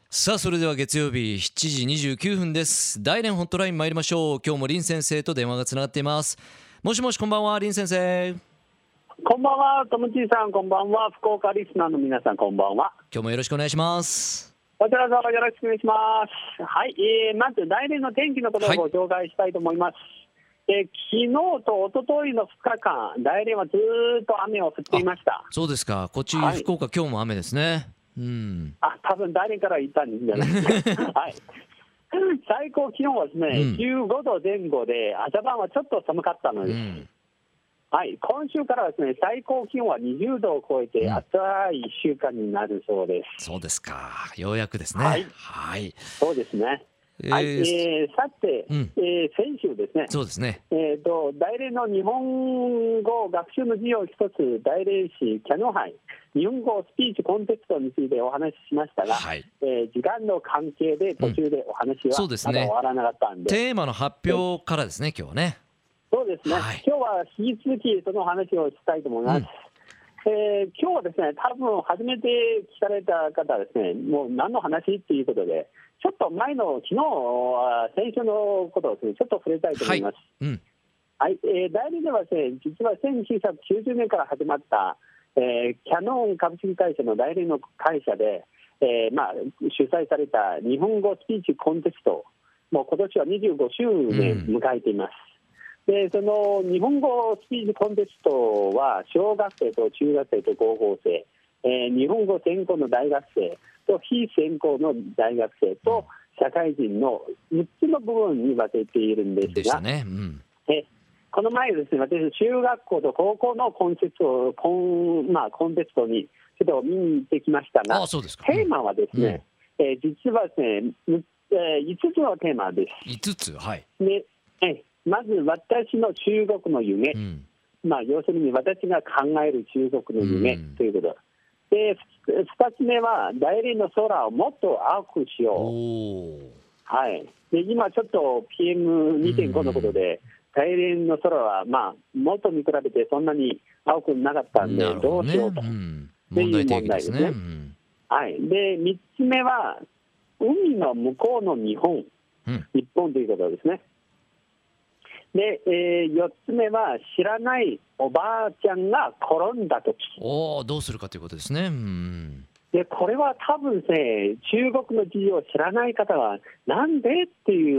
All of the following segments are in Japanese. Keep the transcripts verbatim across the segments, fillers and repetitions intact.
さあそれでは月曜日しちじにじゅうきゅうふんです。大連ホットライン参りましょう。今日も林先生と電話がつながっています。もしもし、こんばんは林先生。 こんばんは、ともちさん、こんばんは。福岡リスナーの皆さん、こんばんは。 今日もよろしくお願いします。 こちらこそよろしくお願いします。はい、えー、まず大連の天気のことをご紹介したいと思います。はい、えー、昨日と一昨日のふつかかん、大連はずっと雨を降っていました。 そうですか。こっち、はい、福岡今日も雨ですね。うん、 あ、多分大連から行ったんですじゃないですか。はい。最高気温はですね、うん、じゅうごどぜん後で、朝晩はちょっと寒かったのです。うん、はい、今週からはですね、最高気温はにじゅうどを超えて暑いいっしゅうかんになるそうです。 うん、そうですか。ようやくですね。 はい、 はい、 そうですね。えーはいえー、さて、うん、えー、先週ですね、 そうですね、 えーと、大連の日本語学習の授業一つ、大連市キャノ杯日本語スピーチコンテストについてお話ししましたが、はい、えー、時間の関係で途中でお話はまだ終わらなかったんで、 うん、テーマの発表からですね、今日はね。 そうですね、はい、今日は引き続きその話をしたいと思います。うん、えー、今日はですね、多分初めて聞かれた方はですね、もう何の話っていうことで、ちょっと前の昨日先週のことをですね、ちょっと触れたいと思います。はい、うんはい、えー、大連ではですね、実はせんきゅうひゃくきゅうじゅうねんから始まった、えー、キャノン株式会社の大連の会社で、えーまあ、主催された日本語スピーチコンテスト、もう今年はにじゅうごしゅうねん迎えています。うん、でその日本語スピーチコンテストは小学生と中学生と高校生、えー、日本語専攻の大学生と非専攻の大学生と社会人のみっつの部分に分けているんですが、 ねうん、 えこの前ですね、私中学校と高校のコンテスト、コン、まあ、コンテストにちょっと見に行ってきましたが、 ああそうですか、 テーマはですね、うんえー、実はですね、えー、いつつのテーマです。 いつつ、はい。 でえまず私の中国の夢、うんまあ、要するに私が考える中国の夢ということ、うんでふたつめは大連の空をもっと青くしよう、はい、で今ちょっと ピーエムにてんご のことで、うん、大連の空は、まあ、元に比べてそんなに青くなかったんで、ど, ね、どうしようと、うん、っていう問題ですね。はい、でみっつめは海の向こうの日本、うん、日本ということですね。で、えー、よっつめは知らないおばあちゃんが転んだとき、 おどうするかということですね。うんでこれは多分ですね、中国の事情を知らない方はなんでっていう、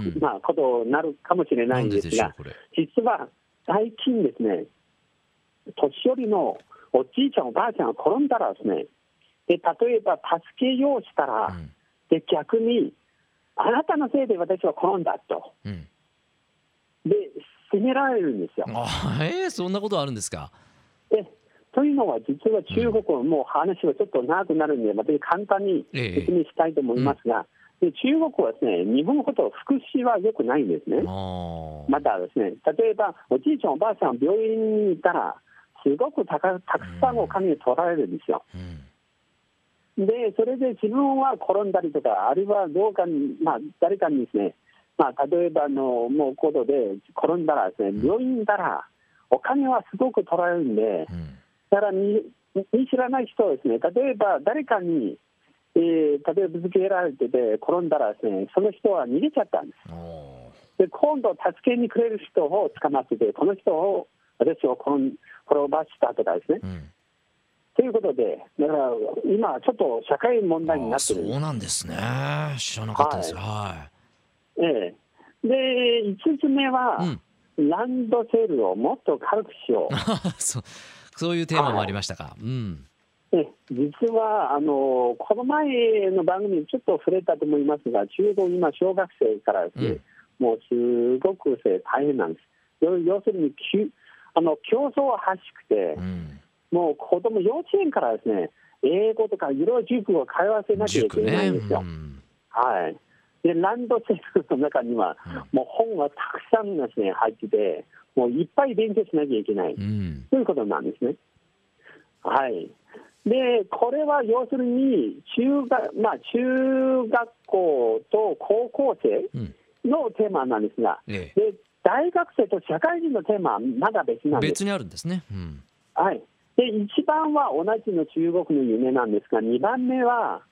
うんまあ、ことになるかもしれないんですが、実は最近ですね、年寄りのおじいちゃんおばあちゃんが転んだらですね、で例えば助けようしたら、うん、で逆にあなたのせいで私は転んだと、うんで責められるんですよ。 あ、えー、そんなことあるんですか。 えというのは実は中国はもう話はちょっと長くなるんで、また簡単に説明したいと思いますが、えーうん、で中国はですね、日本ほど福祉は良くないんですね。またですね、例えばおじいちゃんおばあちゃん病院にいたらすごくたかたくさんお金取られるんですよ。うん、でそれで自分は転んだりとか、あるいはどうかに、まあ、誰かにですね、まあ、例えばのもうことで転んだらですね、病院にいたらお金はすごく取られるんで、うん、だから見知らない人はですね、例えば誰かに、えー、例えばぶつけられてて転んだらですね、その人は逃げちゃったんです。で今度助けにくれる人を捕まってて、この人を私を転ん転ばしたとかですね、うんということで、だから今ちょっと社会問題になってるんです。 そうなんですね。知らなかったです。はい、はいええ、でいつつめは、うん、ランドセルをもっと軽くしようそ, そういうテーマもありましたか。はいうん、 え実はあのこの前の番組にちょっと触れたと思いますが、中国今小学生からですね、うん、もうすごく大変なんです。要要するにあの競争は激しくて、うん、もう子供幼稚園からですね、英語とかいろいろ塾を通わせなきゃいけないんですよ。ねうん、はいでランドセルの中には、うん、もう本がたくさんですね入ってて、もういっぱい勉強しなきゃいけない、うん、ということなんですね。はい。でこれは要するに中学、まあ、中学校と高校生のテーマなんですが、うんええ、で大学生と社会人のテーマはまだ別なんです。 別にあるんですね。うん、 はい。でいちばんは同じの中国の夢なんですが、にばんめは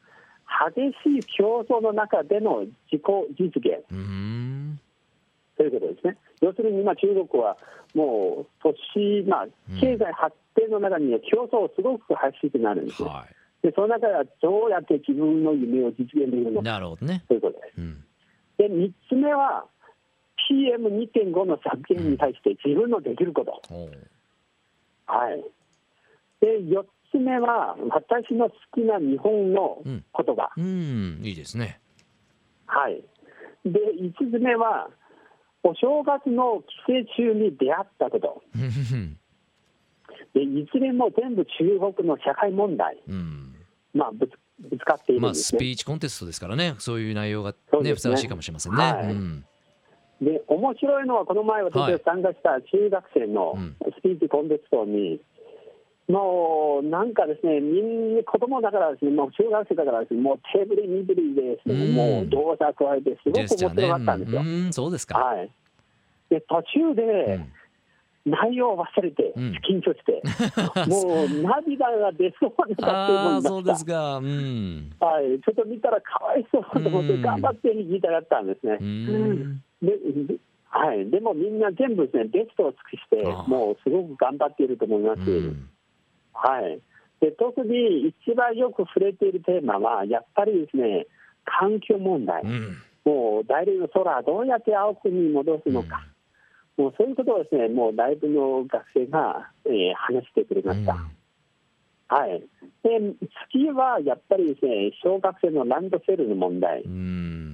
激しい競争の中での自己実現、 うーんということですね。要するに今中国はもう都市、まあ、経済発展の中には競争すごく激しくなるんですね、 はいでその中ではどうやって自分の夢を実現できるのか、 なるほどね、 ということです。 うん、 でみっつめは ピーエムにてんご の削減に対して自分のできること、 おはい、でよっつめは私の好きな日本の言葉、 うん、うんいいですね、 はい、でいつつめはお正月の帰省中に出会ったことでいずれも全部中国の社会問題、 うんまあ、ぶつぶつかっているんまあ、 ですね。 スピーチコンテストですからね、そういう内容が、ね、 そうですねふさわしいかもしれませんね、 はいうんで面白いのはこの前私が参加した中学生のスピーチコンテストに、もうなんかですね、みんな子供だからですね、もう中学生だからですね、もう手振り身振りでですね、もう動作加えてすごく面白かったんですよ。 うん、そうですか、 はい、で途中で、 うん内容を忘れて、 うん、 緊張して、もう涙が出そうになって思いました。 あそうですか、うんはい、ちょっと見たらかわいそうと思って頑張って言いたかったんですね。 うんで, はい、でもみんな全部ですね、ベストを尽くしてもうすごく頑張っていると思います。 うんはい、で特に一番よく触れているテーマはやっぱりですね、環境問題、 うん、 もう大連の空どうやって青くに戻すのか、うん、もうそういうことをですね、もう大部の学生が、えー、話してくれました。うん、はい、で次はやっぱりですね、小学生のランドセルの問題、うん、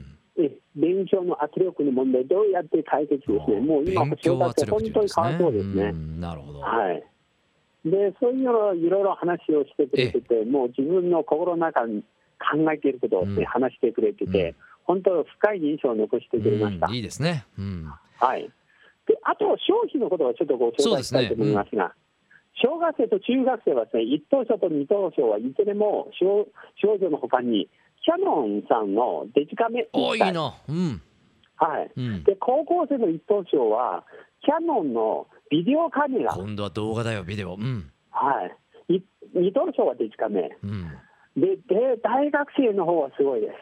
勉強の圧力の問題どうやって解決ですね、もう今小学生本当にかわいそうですね。 なるほど、 はい、でそういうのをいろいろ話をしてくれてて、もう自分の心の中に考えていることを、ね、うん、話してくれてて、うん、本当深い印象を残してくれました。 うん、いいですね、うん、 はい、であと消費のことをちょっとご紹介したいと思いますが、小学生と中学生はですね、一等賞と二等賞はいずれも少女のほかにキヤノンさんのデジカメおいいな、うん、 はい、 うん、 で高校生の一等賞はキヤノンのビデオカメラ、 今度は動画だよビデオ、うん、 はい、二等賞はデジカメ、うん、で, で大学生の方はすごいです。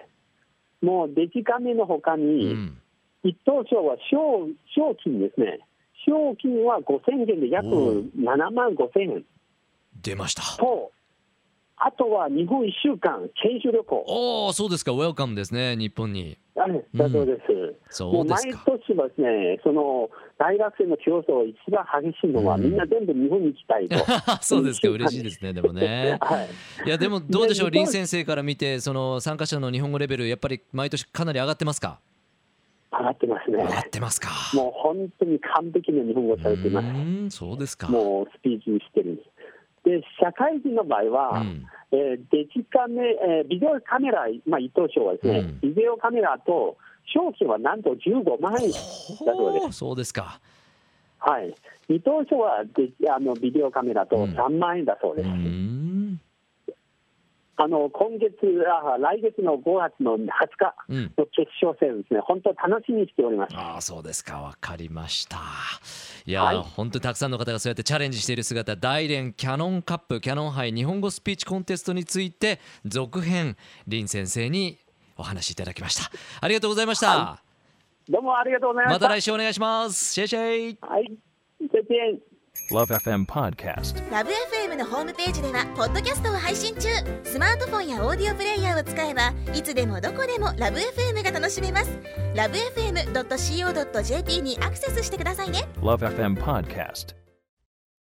もうデジカメのほかに、うん、一等賞は 賞, 賞金ですね。賞金はごせんえんで約ななまんごせんえん出ましたと、あとは日本いっしゅうかん研修旅行。 おお、そうですか、ウェルカムですね、日本に。 はい、だそうです、うん、そうですか。もう毎年はですね、その大学生の競争一番激しいのは、うん、みんな全部日本に行きたいとそうですか、嬉しいですね、でもね、はい、いやでもどうでしょう、林先生から見てその参加者の日本語レベルやっぱり毎年かなり上がってますか？ 上がってますね。 上がってますか。 もう本当に完璧な日本語されています。 うーん、そうですか。 もうスピーチにしてるんです。で社会人の場合は、うん、えー、デジカメ、えー、ビデオカメラ、まあ、一等賞はですね、うん、ビデオカメラと賞金はなんとじゅうごまんえんだそうです。 そうですか。 はい、二等賞はデあのビデオカメラとさんまんえんだそうです。うん、うんあの今月あ、来月のごがつのはつかの決勝戦ですね、うん、本当楽しみにしております。 ああ、そうですか、わかりました。いや、はい、本当にたくさんの方がそうやってチャレンジしている姿、大連キヤノンカップキヤノン杯日本語スピーチコンテストについて続編、林先生にお話しいただきました。ありがとうございました。はい、どうもありがとうございました。 また来週お願いします。シェイシェイ。 はい、シェイシェイ。 ラブ エフエム Podcast。 ラブ エフエム のホームページではポッドキャストを配信中。スマートフォンやオーディオプレイヤーを使えばいつでもどこでもラブ エフエム が楽しめます。ラブ エフエムドットシーオードットジェーピー にアクセスしてくださいね。 ラブ エフエム Podcast。